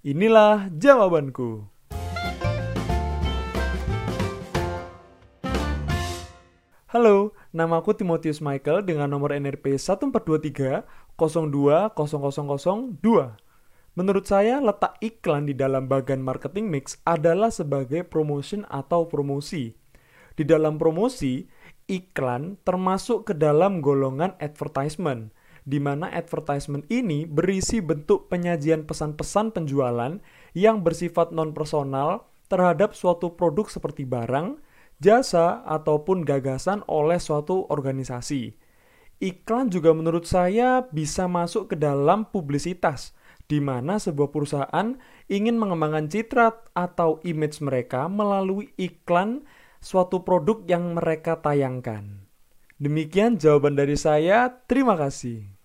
Inilah jawabanku. Halo, namaku Timotius Michael dengan nomor NRP 1423 020002. Menurut saya, letak iklan di dalam bagian marketing mix adalah sebagai promotion atau promosi. Di dalam promosi, iklan termasuk ke dalam golongan advertisement, di mana advertisement ini berisi bentuk penyajian pesan-pesan penjualan yang bersifat non-personal terhadap suatu produk seperti barang, jasa, ataupun gagasan oleh suatu organisasi. Iklan juga menurut saya bisa masuk ke dalam publisitas, di mana sebuah perusahaan ingin mengembangkan citra atau image mereka melalui iklan suatu produk yang mereka tayangkan. Demikian jawaban dari saya, terima kasih.